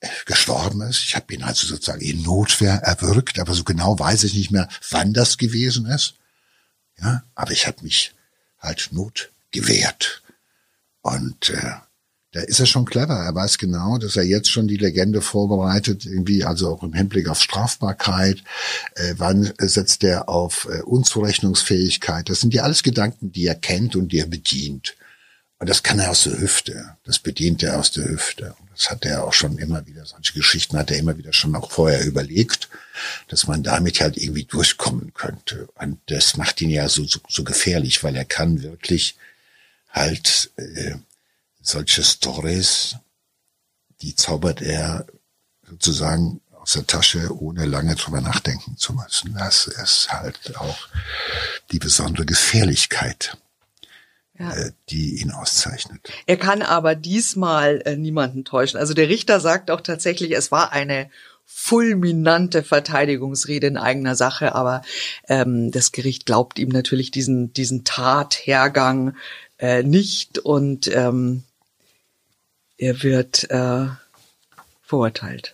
gestorben ist. Ich habe ihn also sozusagen in Notwehr erwürgt, aber so genau weiß ich nicht mehr, wann das gewesen ist. Ja, aber ich habe mich halt notgewehrt. Und äh, da ist er schon clever. Er weiß genau, dass er jetzt schon die Legende vorbereitet, irgendwie also auch im Hinblick auf Strafbarkeit. Äh, wann setzt er auf äh, Unzurechnungsfähigkeit? Das sind ja alles Gedanken, die er kennt und die er bedient. Und das kann er aus der Hüfte. Das bedient er aus der Hüfte. Das hat er auch schon immer wieder, solche Geschichten hat er immer wieder schon auch vorher überlegt, dass man damit halt irgendwie durchkommen könnte. Und das macht ihn ja so, so, so gefährlich, weil er kann wirklich halt äh, solche Stories, die zaubert er sozusagen aus der Tasche, ohne lange drüber nachdenken zu müssen. Das ist halt auch die besondere Gefährlichkeit, ja, die ihn auszeichnet. Er kann aber diesmal äh, niemanden täuschen. Also der Richter sagt auch tatsächlich, es war eine fulminante Verteidigungsrede in eigener Sache, aber ähm, das Gericht glaubt ihm natürlich diesen diesen Tathergang äh, nicht und ähm, er wird äh, verurteilt.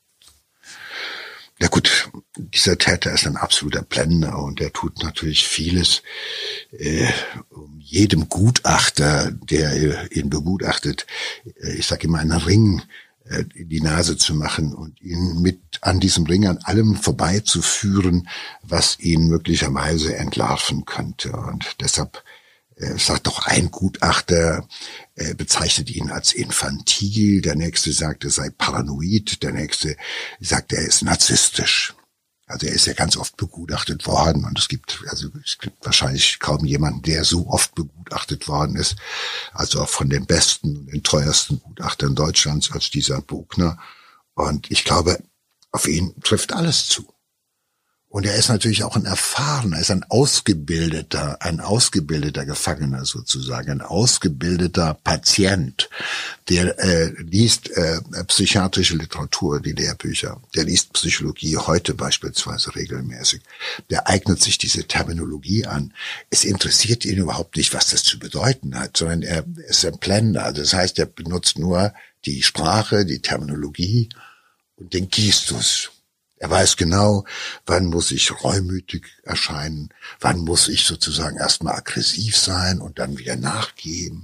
Ja gut, dieser Täter ist ein absoluter Blender und er tut natürlich vieles, äh, um jedem Gutachter, der ihn begutachtet, äh, ich sage immer, einen Ring äh, in die Nase zu machen und ihn mit an diesem Ring an allem vorbeizuführen, was ihn möglicherweise entlarven könnte. Und deshalb äh, sagt doch ein Gutachter, äh, bezeichnet ihn als infantil, der nächste sagt, er sei paranoid, der nächste sagt, er ist narzisstisch. Also er ist ja ganz oft begutachtet worden und es gibt, also es gibt wahrscheinlich kaum jemanden, der so oft begutachtet worden ist, also auch von den besten und den teuersten Gutachtern Deutschlands als dieser Bogner. Und ich glaube, auf ihn trifft alles zu. Und er ist natürlich auch ein erfahrener, er ist ein ausgebildeter, ein ausgebildeter Gefangener sozusagen, ein ausgebildeter Patient. Der äh, liest äh, psychiatrische Literatur, die Lehrbücher. Der liest Psychologie heute beispielsweise regelmäßig. Der eignet sich diese Terminologie an. Es interessiert ihn überhaupt nicht, was das zu bedeuten hat, sondern er ist ein Blender. Also das heißt, er benutzt nur die Sprache, die Terminologie und den Gestus. Er weiß genau, wann muss ich reumütig erscheinen, wann muss ich sozusagen erstmal aggressiv sein und dann wieder nachgeben.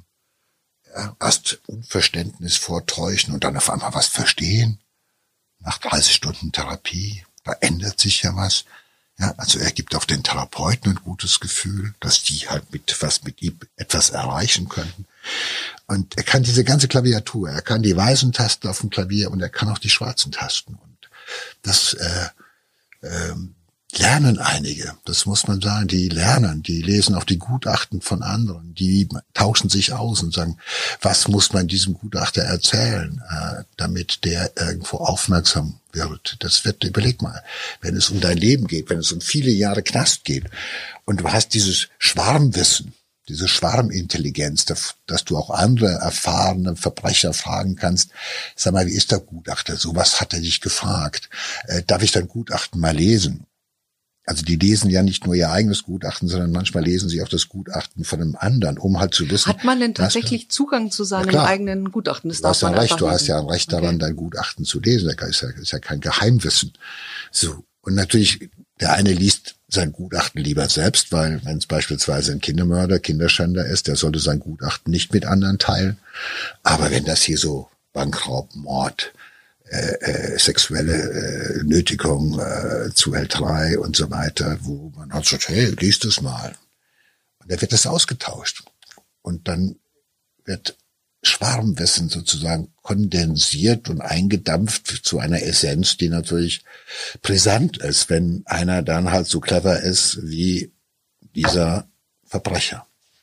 Ja, erst Unverständnis vortäuschen und dann auf einmal was verstehen. Nach dreißig Stunden Therapie, da ändert sich ja was. Ja, also er gibt auch den Therapeuten ein gutes Gefühl, dass die halt mit was mit ihm etwas erreichen können. Und er kann diese ganze Klaviatur, er kann die weißen Tasten auf dem Klavier und er kann auch die schwarzen Tasten. Und das äh, äh, lernen einige, das muss man sagen, die lernen, die lesen auch die Gutachten von anderen, die tauschen sich aus und sagen, was muss man diesem Gutachter erzählen, äh, damit der irgendwo aufmerksam wird. Das wird, überleg mal, wenn es um dein Leben geht, wenn es um viele Jahre Knast geht und du hast dieses Schwarmwissen, diese Schwarmintelligenz, dass du auch andere erfahrene Verbrecher fragen kannst, sag mal, wie ist der Gutachter? Sowas hat er dich gefragt. Äh, darf ich dein Gutachten mal lesen? Also die lesen ja nicht nur ihr eigenes Gutachten, sondern manchmal lesen sie auch das Gutachten von einem anderen, um halt zu wissen. Hat man denn tatsächlich Zugang zu seinem eigenen Gutachten? Das du hast ja man recht, du hast ja ein Recht daran, okay, dein Gutachten zu lesen. Das ist ja, ist ja kein Geheimwissen. So. Und natürlich, der eine liest sein Gutachten lieber selbst, weil wenn es beispielsweise ein Kindermörder, Kinderschänder ist, der sollte sein Gutachten nicht mit anderen teilen. Aber wenn das hier so Bankraub, Mord, äh, äh, sexuelle äh, Nötigung, äh, Zuhälterei und so weiter, wo man halt sagt, hey, lies das mal. Und dann wird das ausgetauscht. Und dann wird Schwarmwissen sozusagen kondensiert und eingedampft zu einer Essenz, die natürlich brisant ist, wenn einer dann halt so clever ist wie dieser Verbrecher.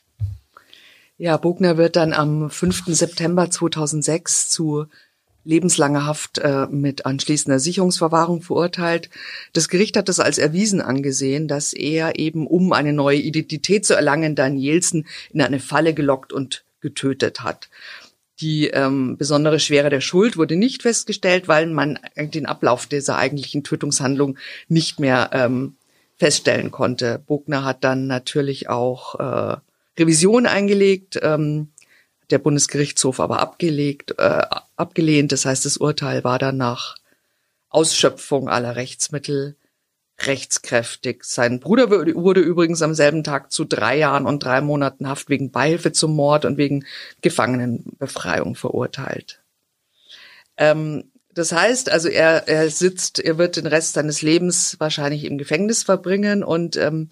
Ja, Bogner wird dann am fünften September zweitausendsechs zu lebenslanger Haft äh, mit anschließender Sicherungsverwahrung verurteilt. Das Gericht hat es als erwiesen angesehen, dass er eben, um eine neue Identität zu erlangen, Danielsen in eine Falle gelockt und getötet hat. Die ähm, besondere Schwere der Schuld wurde nicht festgestellt, weil man den Ablauf dieser eigentlichen Tötungshandlung nicht mehr ähm, feststellen konnte. Bogner hat dann natürlich auch äh, Revision eingelegt, ähm, der Bundesgerichtshof aber abgelegt, äh, abgelehnt. Das heißt, das Urteil war dann nach Ausschöpfung aller Rechtsmittel rechtskräftig. Sein Bruder wurde übrigens am selben Tag zu drei Jahren und drei Monaten Haft wegen Beihilfe zum Mord und wegen Gefangenenbefreiung verurteilt. Ähm, das heißt, also er, er sitzt, er wird den Rest seines Lebens wahrscheinlich im Gefängnis verbringen und ähm,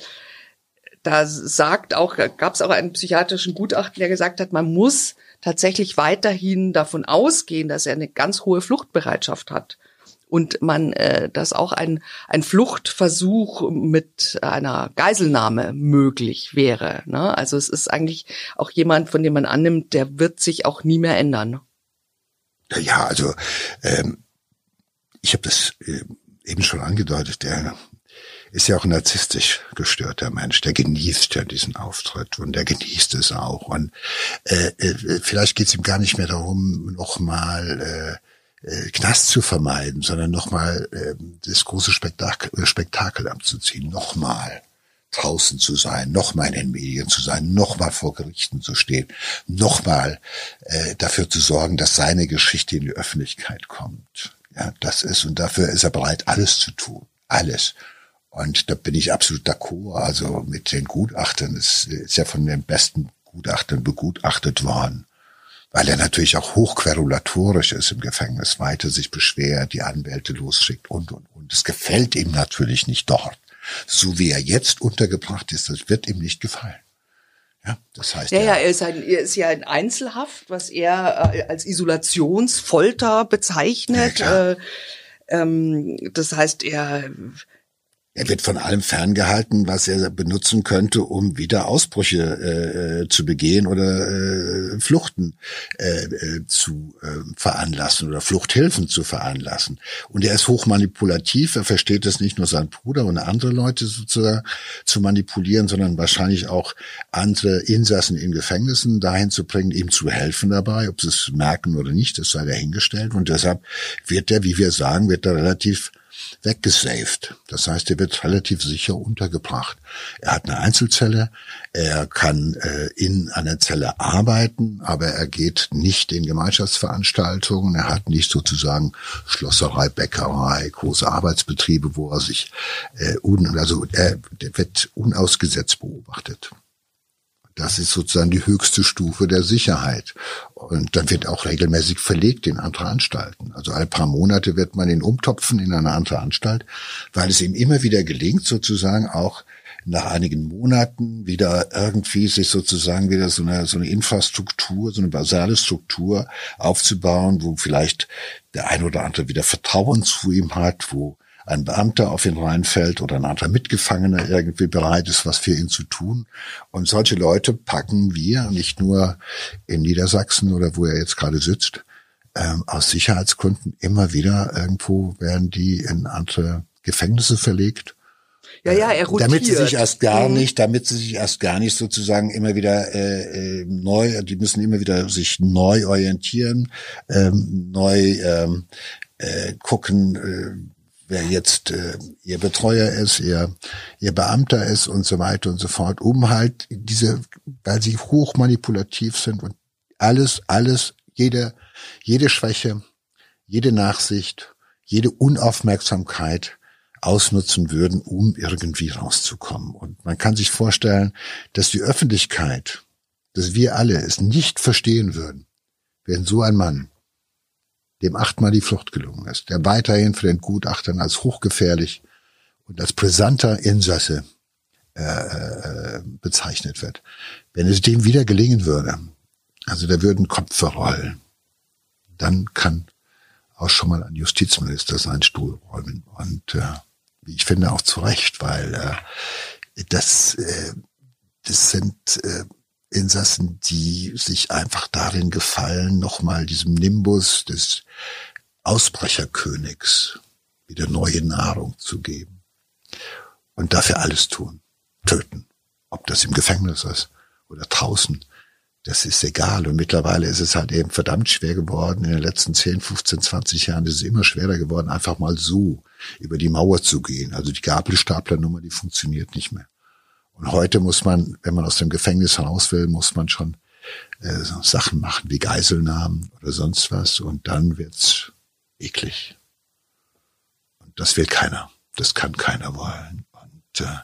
da sagt auch, gab es auch einen psychiatrischen Gutachten, der gesagt hat, man muss tatsächlich weiterhin davon ausgehen, dass er eine ganz hohe Fluchtbereitschaft hat. Und man, äh, dass auch ein, ein Fluchtversuch mit einer Geiselnahme möglich wäre. Ne? Also es ist eigentlich auch jemand, von dem man annimmt, der wird sich auch nie mehr ändern. Ja, also ähm, ich habe das äh, eben schon angedeutet, der ist ja auch ein narzisstisch gestörter Mensch, der genießt ja diesen Auftritt und der genießt es auch. Und äh, äh, vielleicht geht es ihm gar nicht mehr darum, nochmal äh, Knast zu vermeiden, sondern nochmal äh, das große Spektakel, Spektakel abzuziehen, nochmal draußen zu sein, nochmal in den Medien zu sein, nochmal vor Gerichten zu stehen, nochmal äh, dafür zu sorgen, dass seine Geschichte in die Öffentlichkeit kommt. Ja, das ist, und dafür ist er bereit, alles zu tun, alles. Und da bin ich absolut d'accord. Also mit den Gutachtern, es ist ja von den besten Gutachtern begutachtet worden, weil er natürlich auch hochquerulatorisch ist im Gefängnis, weiter sich beschwert, die Anwälte losschickt und, und, und. Es gefällt ihm natürlich nicht dort. So wie er jetzt untergebracht ist, das wird ihm nicht gefallen. Ja, das heißt. Ja, ja, er ist, ein, er ist ja in Einzelhaft, was er äh, als Isolationsfolter bezeichnet. Ja, äh, ähm, das heißt, er Er wird von allem ferngehalten, was er benutzen könnte, um wieder Ausbrüche äh, zu begehen oder äh, Fluchten äh, äh, zu äh, veranlassen oder Fluchthilfen zu veranlassen. Und er ist hochmanipulativ. Er versteht es nicht nur, seinen Bruder und andere Leute sozusagen zu manipulieren, sondern wahrscheinlich auch andere Insassen in Gefängnissen dahin zu bringen, ihm zu helfen dabei, ob sie es merken oder nicht, das sei dahingestellt. Und deshalb wird er, wie wir sagen, wird er relativ weggesaved. Das heißt, er wird relativ sicher untergebracht. Er hat eine Einzelzelle, er kann äh, in einer Zelle arbeiten, aber er geht nicht in Gemeinschaftsveranstaltungen, er hat nicht sozusagen Schlosserei, Bäckerei, große Arbeitsbetriebe, wo er sich, äh, un, also er wird unausgesetzt beobachtet. Das ist sozusagen die höchste Stufe der Sicherheit. Und dann wird auch regelmäßig verlegt in andere Anstalten. Also alle paar Monate wird man ihn umtopfen in eine andere Anstalt, weil es ihm immer wieder gelingt, sozusagen auch nach einigen Monaten wieder irgendwie sich sozusagen wieder so eine, so eine Infrastruktur, so eine basale Struktur aufzubauen, wo vielleicht der ein oder andere wieder Vertrauen zu ihm hat, wo ein Beamter auf ihn reinfällt oder ein anderer Mitgefangener irgendwie bereit ist, was für ihn zu tun. Und solche Leute packen wir nicht nur in Niedersachsen oder wo er jetzt gerade sitzt, ähm, aus Sicherheitsgründen immer wieder irgendwo werden die in andere Gefängnisse verlegt. Ja, ja, er rotiert. Damit sie sich erst gar nicht, damit sie sich erst gar nicht sozusagen immer wieder äh, neu, die müssen immer wieder sich neu orientieren, ähm, neu ähm, äh, gucken, äh, wer jetzt äh, ihr Betreuer ist, ihr ihr Beamter ist und so weiter und so fort, um halt diese, weil sie hoch manipulativ sind und alles, alles, jede jede Schwäche, jede Nachsicht, jede Unaufmerksamkeit ausnutzen würden, um irgendwie rauszukommen. Und man kann sich vorstellen, dass die Öffentlichkeit, dass wir alle es nicht verstehen würden, wenn so ein Mann, dem achtmal die Flucht gelungen ist, der weiterhin für den Gutachtern als hochgefährlich und als brisanter Insasse äh, äh, bezeichnet wird. Wenn es dem wieder gelingen würde, also da würden Köpfe rollen, dann kann auch schon mal ein Justizminister seinen Stuhl räumen. Und äh, wie ich finde, auch zu Recht, weil äh, das, äh, das sind äh, Insassen, die sich einfach darin gefallen, nochmal diesem Nimbus des Ausbrecherkönigs wieder neue Nahrung zu geben. Und dafür alles tun. Töten. Ob das im Gefängnis ist oder draußen. Das ist egal. Und mittlerweile ist es halt eben verdammt schwer geworden. In den letzten zehn, fünfzehn, zwanzig Jahren ist es immer schwerer geworden, einfach mal so über die Mauer zu gehen. Also die Gabelstaplernummer, die funktioniert nicht mehr. Und heute muss man, wenn man aus dem Gefängnis raus will, muss man schon äh, so Sachen machen wie Geiselnahmen oder sonst was und dann wird's eklig. Und das will keiner. Das kann keiner wollen. Und äh,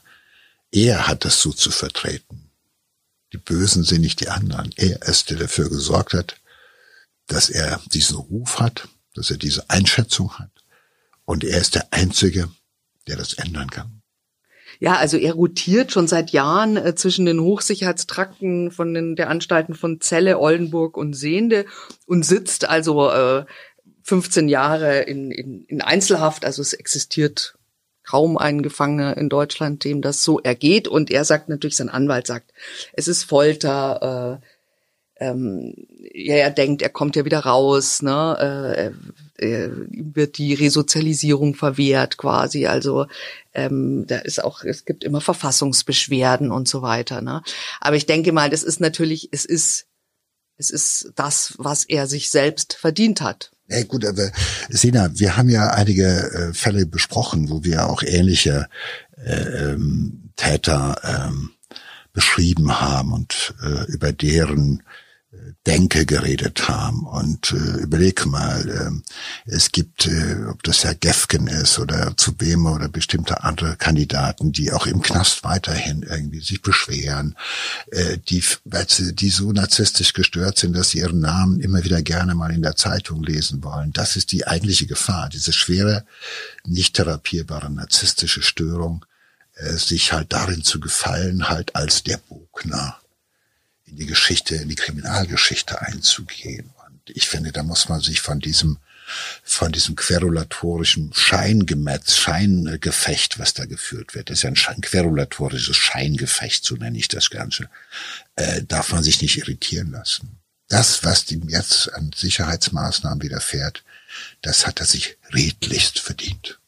er hat das so zu vertreten. Die Bösen sind nicht die anderen. Er ist, der dafür gesorgt hat, dass er diesen Ruf hat, dass er diese Einschätzung hat. Und er ist der Einzige, der das ändern kann. Ja, also er rotiert schon seit Jahren äh, zwischen den Hochsicherheitstrakten von den der Anstalten von Celle, Oldenburg und Sehnde und sitzt also äh, fünfzehn Jahre in, in, in Einzelhaft. Also es existiert kaum einen Gefangener in Deutschland, dem das so ergeht. Und er sagt natürlich, sein Anwalt sagt, es ist Folter. Äh, ähm, ja, er denkt, er kommt ja wieder raus. Ne? Äh, äh, ihm wird die Resozialisierung verwehrt quasi. Also ähm, da ist auch, es gibt immer Verfassungsbeschwerden und so weiter. Ne? Aber ich denke mal, das ist natürlich, es ist, es ist das, was er sich selbst verdient hat. Ja gut, aber Sina, wir haben ja einige äh, Fälle besprochen, wo wir auch ähnliche äh, ähm, Täter ähm, beschrieben haben und äh, über deren äh, Denke geredet haben. Und äh, überleg mal, äh, es gibt, äh, ob das Herr Gefgen ist oder Zubema oder bestimmte andere Kandidaten, die auch im Knast weiterhin irgendwie sich beschweren, äh, die, weil sie, die so narzisstisch gestört sind, dass sie ihren Namen immer wieder gerne mal in der Zeitung lesen wollen. Das ist die eigentliche Gefahr, diese schwere, nicht therapierbare narzisstische Störung, äh, sich halt darin zu gefallen, halt als der Bogner in die Geschichte, in die Kriminalgeschichte einzugehen. Und ich finde, da muss man sich von diesem, von diesem querulatorischen Scheingemetz, Scheingefecht, was da geführt wird, das ist ja ein, Schein, querulatorisches Scheingefecht, so nenne ich das Ganze, äh, darf man sich nicht irritieren lassen. Das, was ihm jetzt an Sicherheitsmaßnahmen widerfährt, das hat er sich redlichst verdient.